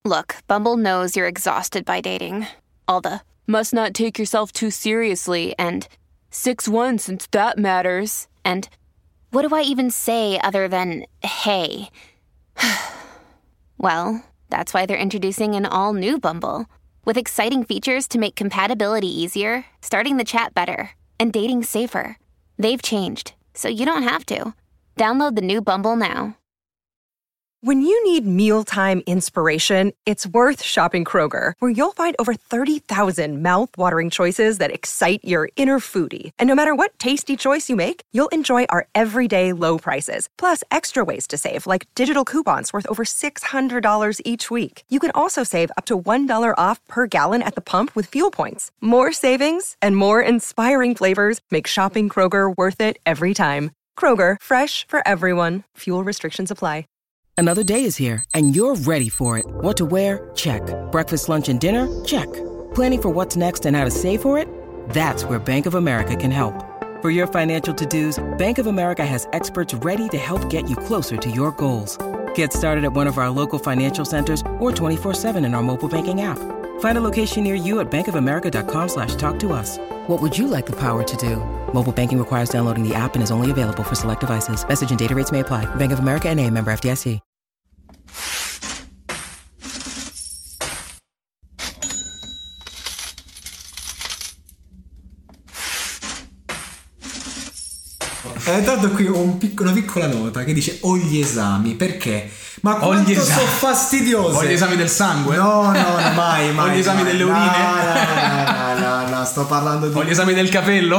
Look, Bumble knows you're exhausted by dating. All the must not take yourself too seriously and 6'1" since that matters. And what do I even say other than hey? Well, that's why they're introducing an all-new Bumble with exciting features to make compatibility easier, starting the chat better, and dating safer. They've changed, so you don't have to. Download the new Bumble now. When you need mealtime inspiration, it's worth shopping Kroger, where you'll find over 30,000 mouth-watering choices that excite your inner foodie. And no matter what tasty choice you make, you'll enjoy our everyday low prices, plus extra ways to save, like digital coupons worth over $600 each week. You can also save up to $1 off per gallon at the pump with fuel points. More savings and more inspiring flavors make shopping Kroger worth it every time. Kroger, fresh for everyone. Fuel restrictions apply. Another day is here, and you're ready for it. What to wear? Check. Breakfast, lunch, and dinner? Check. Planning for what's next and how to save for it? That's where Bank of America can help. For your financial to-dos, Bank of America has experts ready to help get you closer to your goals. Get started at one of our local financial centers or 24/7 in our mobile banking app. Find a location near you at bankofamerica.com/talktous. What would you like the power to do? Mobile banking requires downloading the app and is only available for select devices. Message and data rates may apply. Bank of America N.A., member FDIC. Tanto qui ho una piccola nota che dice ho gli esami, perché? Ma quanto sono fastidiose. Ho gli esami del sangue? No, mai. Ho gli esami delle urine? No, sto parlando di... Ho gli esami del capello?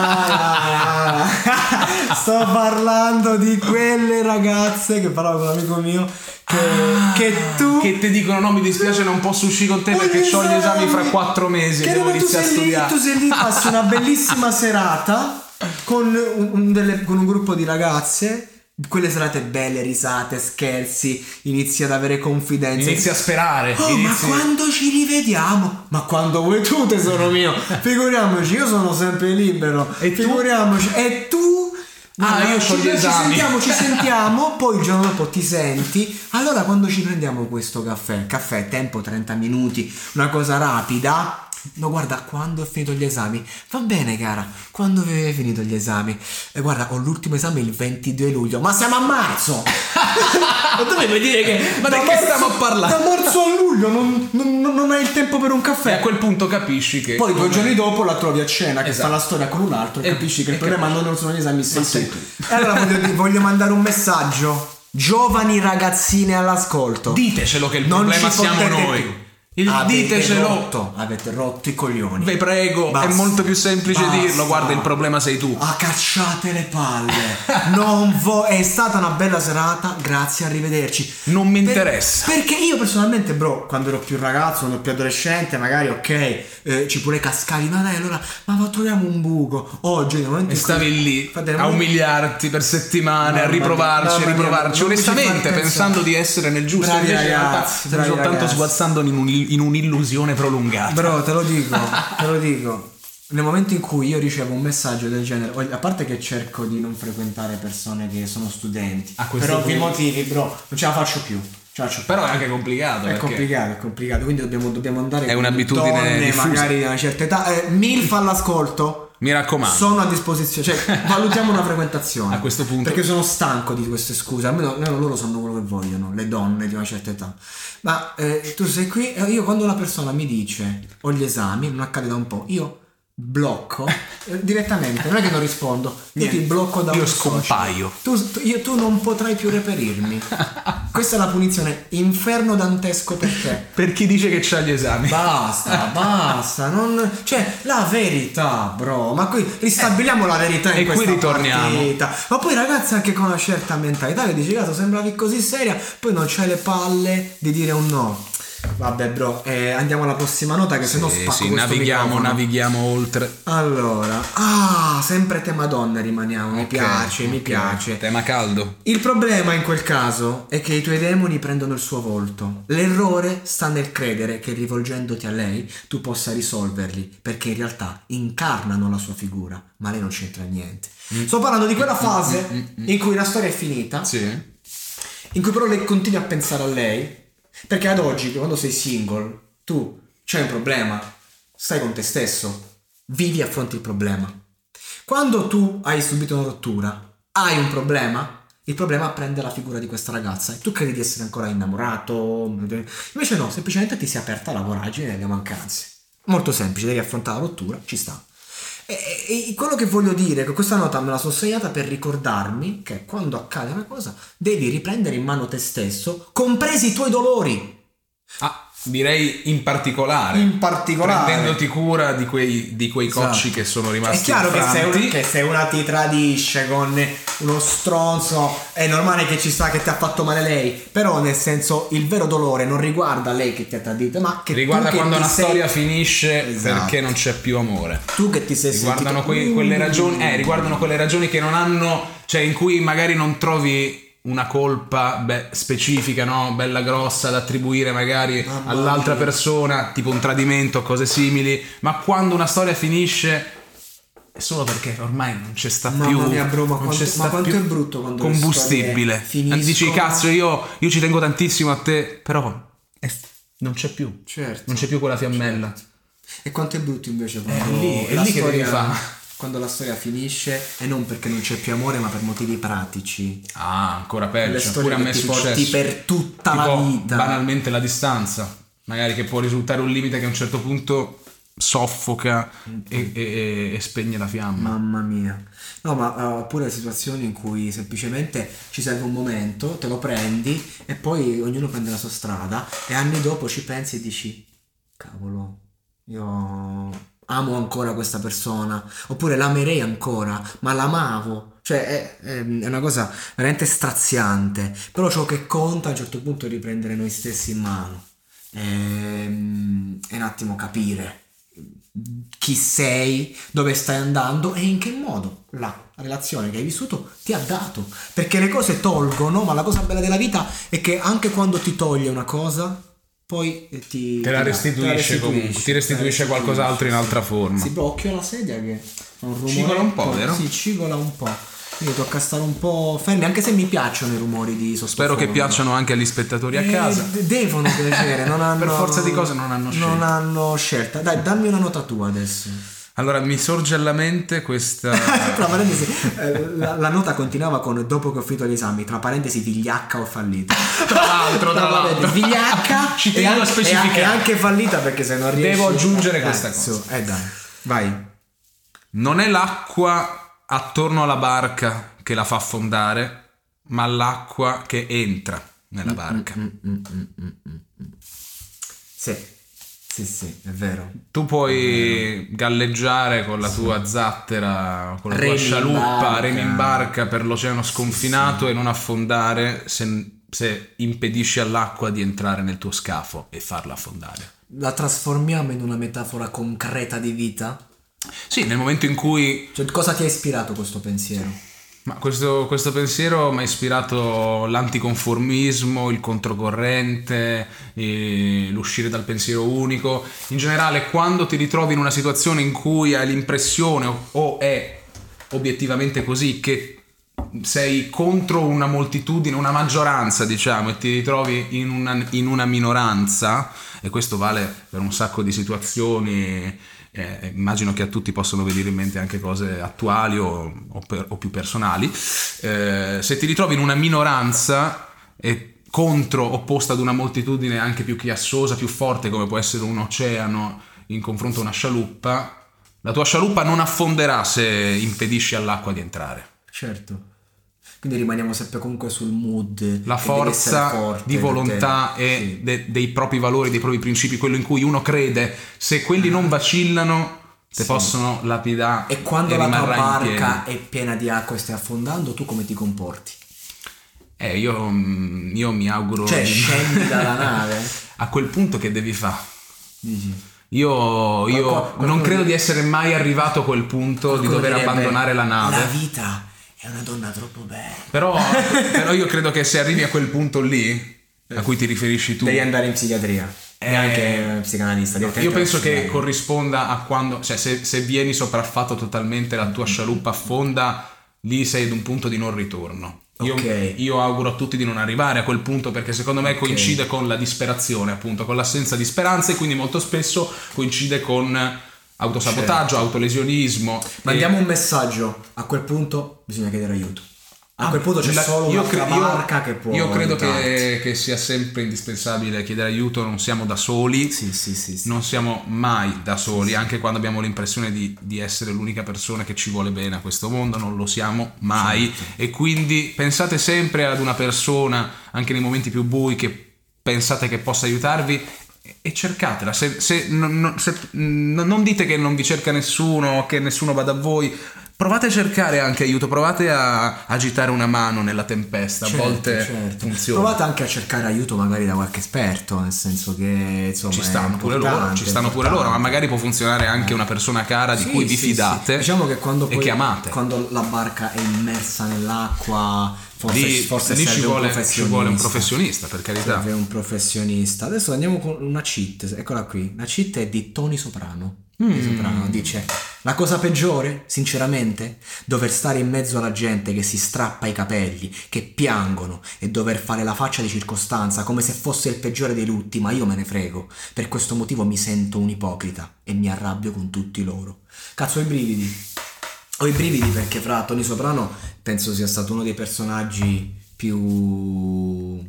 No. Sto parlando di quelle ragazze che parlavo con un amico mio che ti dicono no, mi dispiace, non posso uscire con te perché ho gli esami fra 4 mesi e devo iniziare a studiare. Tu sei lì, passi una bellissima serata con un gruppo di ragazze, quelle serate belle, risate, scherzi, inizi ad avere confidenza, inizi a sperare. Ma quando ci rivediamo? Ma quando vuoi tu, tesoro mio. Figuriamoci, io sono sempre libero. E figuriamoci. E tu? Io ho gli esami. Ci sentiamo, poi il giorno dopo ti senti. Allora quando ci prendiamo questo caffè, tempo 30 minuti, una cosa rapida. No, guarda, quando ho finito gli esami? Va bene, cara, quando avevi finito gli esami? Guarda, ho l'ultimo esame il 22 luglio. Ma siamo a marzo! Ma dovevi dire che... Ma di che stiamo a parlare? Da marzo a luglio non hai il tempo per un caffè. E a quel punto capisci che... Poi 2 giorni dopo la trovi a cena, che fa la storia con un altro, e capisci che il problema non sono gli esami, sei tu. E allora voglio mandare un messaggio. Giovani ragazzine all'ascolto. Ditecelo che il problema siamo noi. Ditecelo. Avete rotto i coglioni. Vi prego, basta, è molto più semplice dirlo. Guarda, il problema sei tu. Cacciate le palle. È stata una bella serata, grazie, arrivederci. Non mi interessa. Perché io personalmente, bro, quando ero più ragazzo, quando ero più adolescente, magari ci pure cascavi, ma dai, allora, ma troviamo un buco. Oggi nel momento e stavi lì a umiliarti per settimane, a riprovarci onestamente, pensando di essere nel giusto. Bravi ragazzi, stavi soltanto sguazzando in un'illusione prolungata. Bro, te lo dico. Nel momento in cui io ricevo un messaggio del genere, a parte che cerco di non frequentare persone che sono studenti, per ovvi motivi, bro, non ce la faccio più. Però è anche complicato. È complicato, quindi dobbiamo andare. È un'abitudine donne, diffusa. Magari di una certa età. MILF all'ascolto. Mi raccomando. Sono a disposizione, valutiamo una frequentazione. A questo punto. Perché sono stanco di queste scuse. Almeno loro sanno quello che vogliono, le donne di una certa età. Ma tu sei qui, io quando una persona mi dice ho gli esami, non accade da un po', io blocco direttamente, non è che non rispondo, io ti blocco da io scompaio. Tu non potrai più reperirmi. Questa è la punizione, inferno dantesco per te. Per chi dice che c'ha gli esami. Basta, la verità, bro. Ma qui ristabiliamo la verità in questa qui ritorniamo. Partita. Ma poi ragazzi, anche con una certa mentalità che dici, cazzo, sembravi così seria, poi non c'hai le palle di dire un no. Vabbè, bro, andiamo alla prossima nota, che sennò spacco questo microfono. Navighiamo oltre. Allora, sempre tema donne rimaniamo. Mi piace. Tema caldo. Il problema in quel caso è che i tuoi demoni prendono il suo volto. L'errore sta nel credere che rivolgendoti a lei tu possa risolverli, perché in realtà incarnano la sua figura, ma lei non c'entra niente. Sto parlando di quella fase in cui la storia è finita, sì, in cui però lei continua a pensare a lei, Perché ad oggi, quando sei single, tu c'hai un problema, stai con te stesso, vivi e affronti il problema. Quando tu hai subito una rottura, hai un problema, il problema prende la figura di questa ragazza e tu credi di essere ancora innamorato, invece no, semplicemente ti si è aperta la voragine e le mancanze. Molto semplice, devi affrontare la rottura, ci sta. E quello che voglio dire, che questa nota me la sono segnata per ricordarmi che quando accade una cosa devi riprendere in mano te stesso, compresi i tuoi dolori. Direi in particolare prendendoti cura di quei cocci che sono rimasti. È chiaro che se una ti tradisce con uno stronzo è normale che ci sta che ti ha fatto male lei, però nel senso il vero dolore non riguarda lei che ti ha tradito, ma che riguarda tu che quando una storia finisce perché non Esatto. c'è più amore. Tu che ti sei riguardano quelle ragioni riguardano quelle ragioni che non hanno, cioè in cui magari non trovi una colpa specifica, no? Bella grossa da attribuire magari all'altra persona, tipo un tradimento o cose simili, ma quando una storia finisce è solo perché ormai non c'è sta più. Mamma mia, bro, ma non quanto, c'è sta ma quanto più è brutto quando combustibile. Dici cazzo, io ci tengo tantissimo a te, però non c'è più. Certo. Non c'è più quella fiammella. Certo. E quanto è brutto invece quando è lì che devi fare. Quando la storia finisce e non perché non c'è più amore ma per motivi pratici. Ancora peggio. Pure a me è successo per tutta tipo, la vita. Banalmente la distanza, magari, che può risultare un limite che a un certo punto soffoca e spegne la fiamma. Mamma mia. No, ma pure situazioni in cui semplicemente ci serve un momento, te lo prendi e poi ognuno prende la sua strada e anni dopo ci pensi e dici cavolo, io amo ancora questa persona, oppure l'amerei ancora, ma l'amavo. Cioè è una cosa veramente straziante. Però ciò che conta a un certo punto è riprendere noi stessi in mano e un attimo capire chi sei, dove stai andando e in che modo la relazione che hai vissuto ti ha dato. Perché le cose tolgono, ma la cosa bella della vita è che anche quando ti toglie una cosa poi ti restituisce comunque, ti restituisce qualcos'altro in altra forma. Si blocchia la sedia che ha un rumore. Cigola un po', vero? Sì, cigola un po'. Quindi tocca stare un po' fermi, anche se mi piacciono i rumori di sottofondo. Spero che piacciono anche agli spettatori a casa. Devono piacere, non hanno, per forza di cose non hanno scelta. Non hanno scelta. Dai, dammi una nota tua adesso. Allora, mi sorge alla mente questa. Tra parentesi, la nota continuava con dopo che ho finito gli esami, tra parentesi vigliacca o fallita. Tra l'altro. Vigliacca ci tengo a specificare. E anche fallita perché se non riesci. Devo aggiungere questa cosa. Dai, vai. Non è l'acqua attorno alla barca che la fa affondare, ma l'acqua che entra nella barca. Sì, è vero. Tu puoi galleggiare con la tua zattera, con la tua scialuppa, remi in barca per l'oceano sconfinato e non affondare se impedisci all'acqua di entrare nel tuo scafo e farla affondare. La trasformiamo in una metafora concreta di vita? Sì, nel momento in cui... Cioè, cosa ti ha ispirato questo pensiero? Ma questo pensiero mi ha ispirato l'anticonformismo, il controcorrente, l'uscire dal pensiero unico. In generale, quando ti ritrovi in una situazione in cui hai l'impressione, o è obiettivamente così, che sei contro una moltitudine, una maggioranza, diciamo, e ti ritrovi in una minoranza, e questo vale per un sacco di situazioni. Immagino che a tutti possono venire in mente anche cose attuali o più personali. Se ti ritrovi in una minoranza e opposta ad una moltitudine anche più chiassosa, più forte, come può essere un oceano in confronto a una scialuppa, la tua scialuppa non affonderà se impedisci all'acqua di entrare. Certo. Quindi rimaniamo sempre comunque sul mood. La forza di volontà e dei propri valori, dei propri principi, quello in cui uno crede. Se quelli non vacillano, te possono lapidare. E quando la tua barca è piena di acqua e stai affondando, tu come ti comporti? Io mi auguro. Cioè, scendi dalla nave? A quel punto che devi fare? Dici? Io non credo di essere mai arrivato a quel punto di dover abbandonare la nave. La vita è una donna troppo bella. Però io credo che se arrivi a quel punto lì a cui ti riferisci tu, devi andare in psichiatria e anche psicanalista. Io penso che corrisponda a quando, cioè se vieni sopraffatto totalmente, la tua scialuppa affonda, lì sei ad un punto di non ritorno. Io auguro a tutti di non arrivare a quel punto, perché secondo me coincide con la disperazione, appunto, con l'assenza di speranza, e quindi molto spesso coincide con autosabotaggio, autolesionismo. Mandiamo un messaggio: a quel punto bisogna chiedere aiuto. A quel punto c'è solo una barca che può. Io credo che sia sempre indispensabile chiedere aiuto, non siamo da soli. Sì. Non siamo mai da soli, anche quando abbiamo l'impressione di essere l'unica persona che ci vuole bene a questo mondo, non lo siamo mai. Certo. E quindi pensate sempre ad una persona, anche nei momenti più bui, che pensate che possa aiutarvi, e cercatela. Non dite che non vi cerca nessuno, che nessuno va da voi. Provate a cercare anche aiuto, provate a agitare una mano nella tempesta, a volte funziona. Provate anche a cercare aiuto magari da qualche esperto, nel senso che insomma ci stanno pure loro, ma magari può funzionare anche una persona cara di cui vi fidate. Diciamo che quando e che amate. Quando la barca è immersa nell'acqua, forse lì ci vuole un professionista, per carità. Serve un professionista. Adesso andiamo con una cheat, eccola qui. La cheat è di Tony Soprano. Soprano dice: la cosa peggiore, sinceramente, dover stare in mezzo alla gente che si strappa i capelli, che piangono, e dover fare la faccia di circostanza come se fosse il peggiore dei lutti, ma io me ne frego. Per questo motivo mi sento un ipocrita e mi arrabbio con tutti loro. Cazzo, ho i brividi. Ho i brividi perché fra Tony Soprano penso sia stato uno dei personaggi più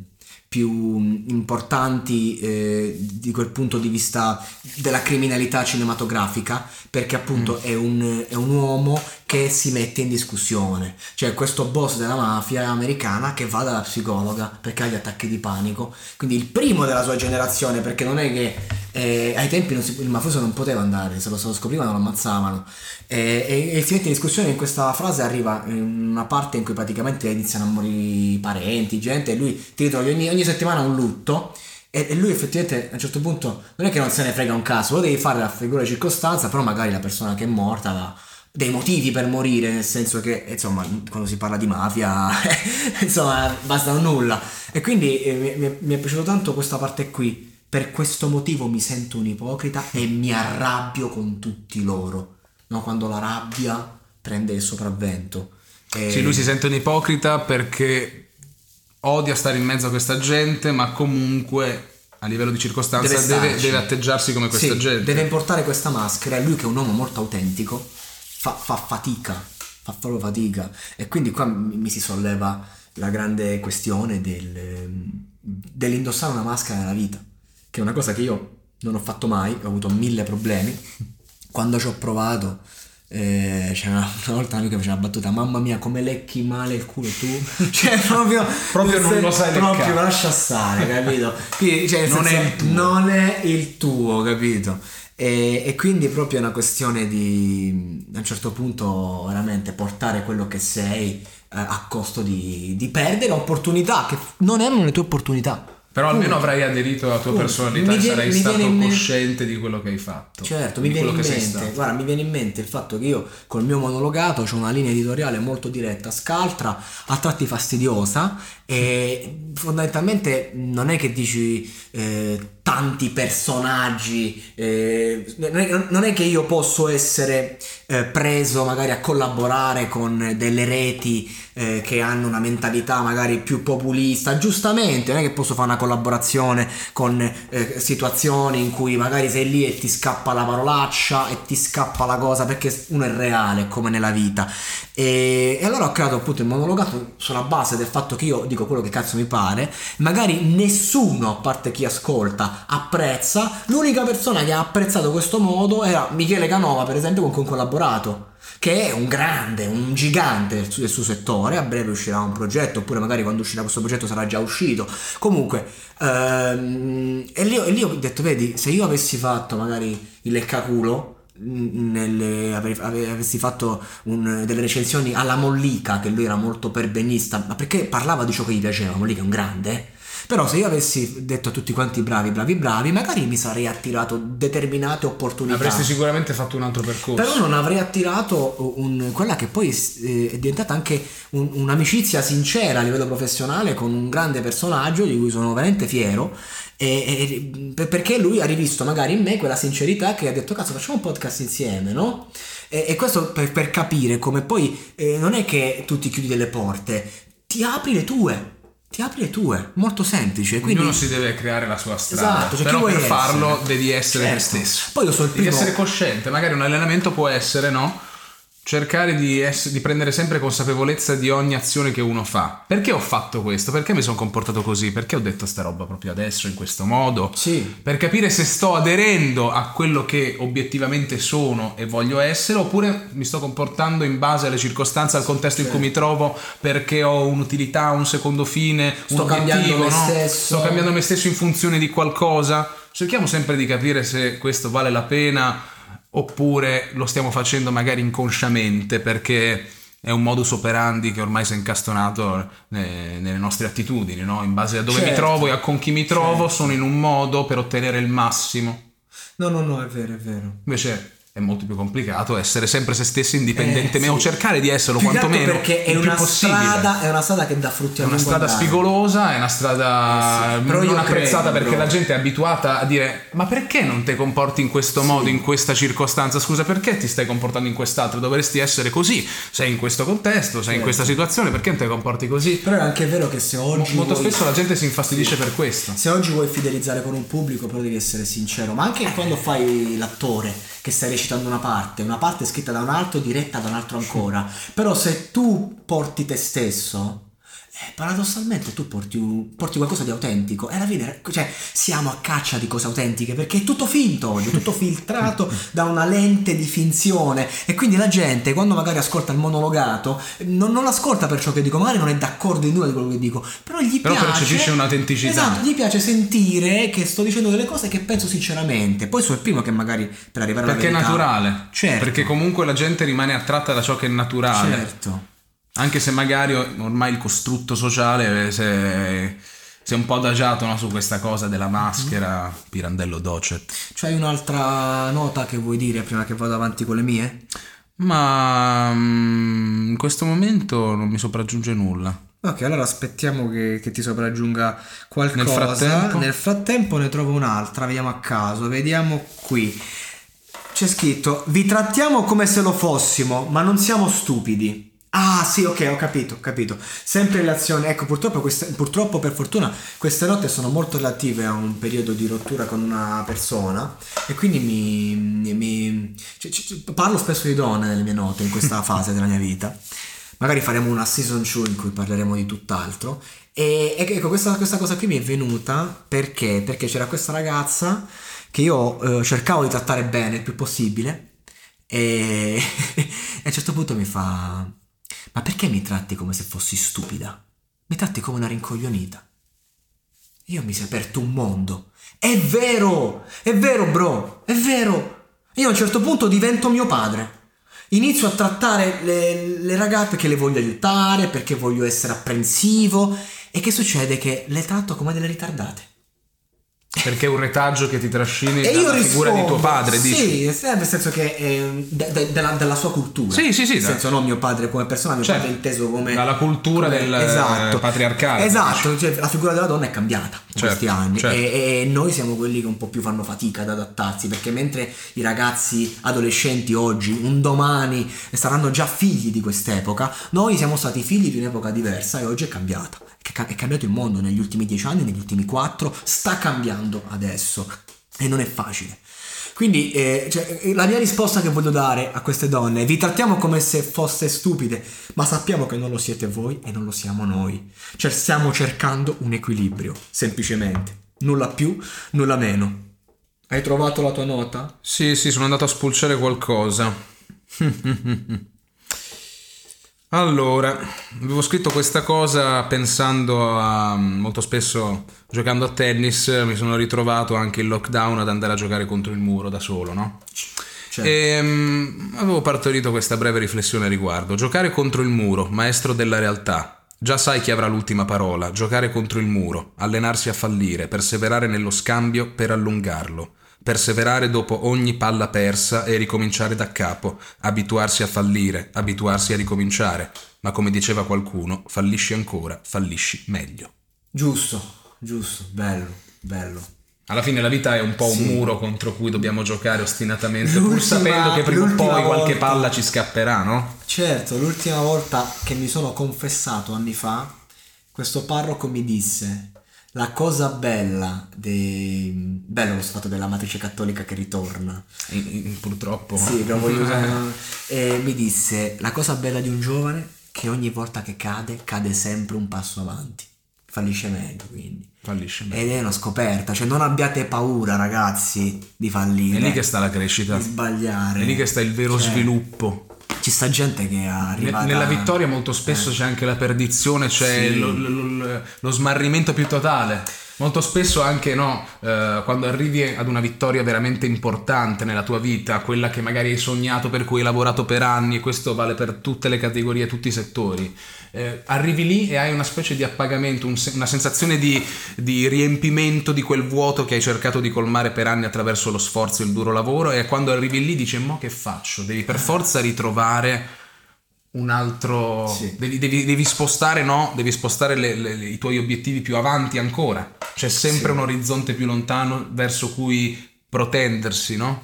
importanti di quel punto di vista della criminalità cinematografica, perché appunto è un uomo che si mette in discussione, cioè questo boss della mafia americana che va dalla psicologa perché ha gli attacchi di panico, quindi il primo della sua generazione, perché non è che ai tempi il mafioso non poteva andare, se lo scoprivano lo ammazzavano, e si mette in discussione. In questa frase arriva una parte in cui praticamente iniziano a morire i parenti, gente, e lui ti ritrovi ogni settimana un lutto, e lui effettivamente a un certo punto non è che non se ne frega un caso, lo devi fare la figura di circostanza, però magari la persona che è morta ha dei motivi per morire, nel senso che insomma quando si parla di mafia insomma basta un nulla, e quindi mi è piaciuto tanto questa parte qui. Per questo motivo mi sento un ipocrita e mi arrabbio con tutti loro, no? Quando la rabbia prende il sopravvento. Sì, lui si sente un ipocrita perché odia stare in mezzo a questa gente, ma comunque a livello di circostanza deve atteggiarsi come questa gente. Deve importare questa maschera, e lui che è un uomo molto autentico fa fatica, fa proprio fatica, e quindi qua mi si solleva la grande questione dell'indossare una maschera nella vita, che è una cosa che io non ho fatto mai, ho avuto 1000 problemi. Quando ci ho provato, c'era una volta un amico che faceva una battuta: mamma mia come lecchi male il culo tu, cioè proprio non lo sai leccare, proprio lascia stare, capito? Quindi, cioè, non è il tuo, capito? E quindi proprio è una questione di a un certo punto veramente portare quello che sei a costo di perdere opportunità che non erano le tue opportunità. Però almeno avrai aderito alla tua personalità e sarai stato cosciente di quello che hai fatto. Certo, mi viene in mente il fatto che io col mio monologato ho una linea editoriale molto diretta, scaltra, a tratti fastidiosa, e fondamentalmente non è che dici tanti personaggi, non è che io posso essere preso magari a collaborare con delle reti che hanno una mentalità magari più populista. Giustamente non è che posso fare una collaborazione con situazioni in cui magari sei lì e ti scappa la parolaccia e ti scappa la cosa, perché uno è reale come nella vita, e allora ho creato appunto il monologato sulla base del fatto che io dico quello che cazzo mi pare, magari nessuno, a parte chi ascolta, apprezza. L'unica persona che ha apprezzato questo modo era Michele Canova, per esempio, con cui ho collaborato, che è un grande, un gigante del suo settore. A breve uscirà un progetto, oppure magari quando uscirà questo progetto sarà già uscito. Comunque e lì ho detto: vedi, se io avessi fatto magari il leccaculo, avessi fatto delle recensioni alla Mollica, che lui era molto perbenista, ma perché parlava di ciò che gli piaceva. Mollica è un grande, però se io avessi detto a tutti quanti bravi, magari mi sarei attirato determinate opportunità. Avresti sicuramente fatto un altro percorso, però non avrei attirato quella che poi è diventata anche un'amicizia sincera a livello professionale con un grande personaggio di cui sono veramente fiero, perché lui ha rivisto magari in me quella sincerità, che ha detto: cazzo, facciamo un podcast insieme, no? E questo per capire come poi non è che tu ti chiudi delle porte, ti apri le tue, molto semplice. Quindi ognuno si deve creare la sua strada. Esatto, cioè, però chi per vuoi farlo essere? devi essere te Certo. stesso. Poi io sono il Devi primo. essere cosciente. Magari un allenamento può essere, no? Cercare di prendere sempre consapevolezza di ogni azione che uno fa. Perché ho fatto questo? Perché mi sono comportato così? Perché ho detto sta roba proprio adesso in questo modo? Sì. Per capire se sto aderendo a quello che obiettivamente sono e voglio essere, oppure mi sto comportando in base alle circostanze, al contesto in cui mi trovo, perché ho un'utilità, un secondo fine, Sto un cambiando obiettivo, me no? stesso. Sto cambiando me stesso in funzione di qualcosa. Cerchiamo sempre di capire se questo vale la pena, oppure lo stiamo facendo magari inconsciamente perché è un modus operandi che ormai si è incastonato nelle nostre attitudini, no? In base a dove mi Certo. trovo e con chi mi trovo, Certo. sono in un modo per ottenere il massimo. No, è vero. Invece è molto più complicato essere sempre se stessi indipendentemente, o cercare di esserlo Più che altro quantomeno perché è il più una possibile. è una strada che dà frutti È a una lungo strada andare. spigolosa, è una strada Però non io apprezzata, credo, perché bro. la gente è abituata a dire: ma perché non ti comporti in questo modo, in questa circostanza? Scusa, perché ti stai comportando in quest'altro? Dovresti essere così. Sei in questo contesto, sei in questa situazione, perché non ti comporti così? Però è anche vero che se oggi Molto vuoi- spesso la gente si infastidisce per questo. se oggi vuoi fidelizzare con un pubblico, però devi essere sincero. Ma anche quando fai l'attore, che stai recitando una parte scritta da un altro, diretta da un altro ancora. Però se tu porti te stesso, paradossalmente tu porti qualcosa di autentico. E alla fine, cioè, siamo a caccia di cose autentiche, perché è tutto finto oggi, è tutto filtrato da una lente di finzione. E quindi la gente, quando magari ascolta il monologato, non l'ascolta per ciò che dico, magari non è d'accordo in nulla di quello che dico, però Però piace, percepisce un'autenticità. Esatto, gli piace sentire che sto dicendo delle cose che penso sinceramente. Poi sono il primo che magari per arrivare alla Perché è verità, naturale. Certo. Perché comunque la gente rimane attratta da ciò che è naturale. Certo. Anche se magari ormai il costrutto sociale si è un po' adagiato, no, su questa cosa della maschera. Pirandello docet. C'hai un'altra nota che vuoi dire prima che vado avanti con le mie? Ma in questo momento non mi sopraggiunge nulla. Ok, allora aspettiamo che ti sopraggiunga qualcosa. Nel Nel frattempo ne trovo un'altra, vediamo a caso, vediamo qui. C'è scritto: vi trattiamo come se lo fossimo, ma non siamo stupidi. Ah sì, ok, ho capito. Sempre relazione, ecco, purtroppo per fortuna queste note sono molto relative a un periodo di rottura con una persona, e quindi parlo spesso di donne nelle mie note in questa fase della mia vita. Magari faremo una season 2 in cui parleremo di tutt'altro. E ecco, questa cosa qui mi è venuta perché c'era questa ragazza che io cercavo di trattare bene il più possibile, e a un certo punto mi fa: ma perché mi tratti come se fossi stupida? Mi tratti come una rincoglionita. Io mi si è aperto un mondo. È vero bro, è vero. Io a un certo punto divento mio padre. Inizio a trattare le ragazze perché le voglio aiutare, perché voglio essere apprensivo. E che succede? Che le tratto come delle ritardate. Perché è un retaggio che ti trascini E io dalla figura di tuo rispondo, padre, sì, dici? nel senso che della sua cultura. Sì, nel senso, non mio padre come persona, mio Certo, padre inteso come dalla cultura del patriarcale. Esatto, cioè, la figura della donna è cambiata in questi anni, certo. e noi siamo quelli che un po' più fanno fatica ad adattarsi, perché mentre i ragazzi adolescenti oggi, un domani, saranno già figli di quest'epoca, noi siamo stati figli di un'epoca diversa e oggi è cambiata. È cambiato il mondo negli ultimi 10 anni, negli ultimi 4, sta cambiando adesso e non è facile. Quindi la mia risposta che voglio dare a queste donne è: vi trattiamo come se foste stupide, ma sappiamo che non lo siete voi e non lo siamo noi. Cioè, stiamo cercando un equilibrio, semplicemente, nulla più, nulla meno. Hai trovato la tua nota? Sì, sono andato a spulciare qualcosa. Allora, avevo scritto questa cosa pensando a, molto spesso giocando a tennis, mi sono ritrovato anche in lockdown ad andare a giocare contro il muro da solo, no? Certo. E avevo partorito questa breve riflessione a riguardo. Giocare contro il muro, maestro della realtà. Già sai chi avrà l'ultima parola. Giocare contro il muro, allenarsi a fallire, perseverare nello scambio per allungarlo. Perseverare dopo ogni palla persa e ricominciare da capo, abituarsi a fallire, abituarsi a ricominciare, ma come diceva qualcuno, fallisci ancora, fallisci meglio. Giusto, bello. Alla fine la vita è un po' un muro contro cui dobbiamo giocare ostinatamente, pur L'ultima- sapendo che prima o l'ultima poi qualche volta- palla ci scapperà, no? Certo, l'ultima volta che mi sono confessato anni fa, questo parroco mi disse: la cosa bella bello lo fatto della matrice cattolica che ritorna. Purtroppo. Sì, lo voglio usare. E mi disse: la cosa bella di un giovane che ogni volta che cade sempre un passo avanti. Fallisce meglio, quindi. Ed è una scoperta, cioè non abbiate paura, ragazzi, di fallire. È lì che sta la crescita. Di sbagliare. È lì che sta il vero sviluppo. Ci sta gente che arriva nella vittoria molto spesso c'è anche la perdizione, c'è lo smarrimento più totale. Molto spesso anche quando arrivi ad una vittoria veramente importante nella tua vita, quella che magari hai sognato, per cui hai lavorato per anni, e questo vale per tutte le categorie, tutti i settori, arrivi lì e hai una specie di appagamento, una sensazione di riempimento di quel vuoto che hai cercato di colmare per anni attraverso lo sforzo e il duro lavoro, e quando arrivi lì dici: mo che faccio? Devi per forza ritrovare un altro, devi spostare, devi spostare i tuoi obiettivi più avanti ancora, c'è sempre un orizzonte più lontano verso cui protendersi, no?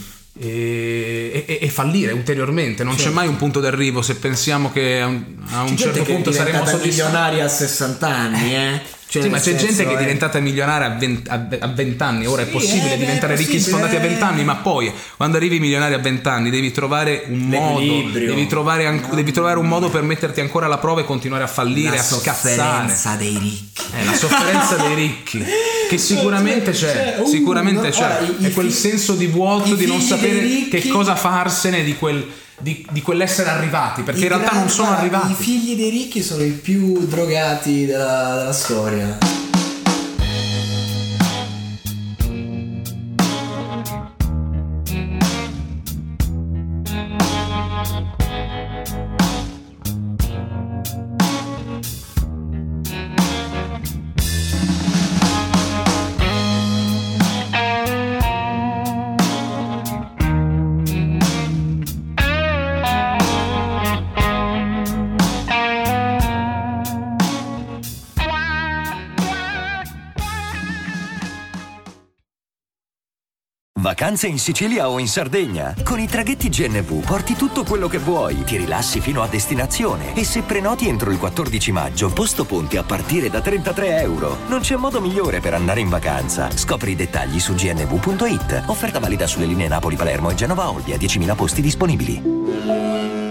E fallire ulteriormente, non c'è mai un punto d'arrivo. Se pensiamo che a un certo punto saremo milionari a 60 anni, Cioè, ma c'è gente che è diventata milionaria a 20 anni. Ora è possibile diventare ricchi sfondati a 20 anni, ma poi quando arrivi milionario a 20 anni devi trovare un modo, devi trovare un modo per metterti ancora alla prova e continuare a fallire, a scazzare. La sofferenza dei ricchi. La sofferenza dei ricchi, che sicuramente c'è, è quel senso di vuoto, di non sapere che cosa farsene di quell'essere arrivati, perché in realtà non sono arrivati. I figli dei ricchi sono i più drogati della storia. Vacanze in Sicilia o in Sardegna? Con i traghetti GNV porti tutto quello che vuoi, ti rilassi fino a destinazione e se prenoti entro il 14 maggio, posto ponti a partire da €33. Non c'è modo migliore per andare in vacanza. Scopri i dettagli su gnv.it. Offerta valida sulle linee Napoli-Palermo e Genova-Olbia, 10.000 posti disponibili.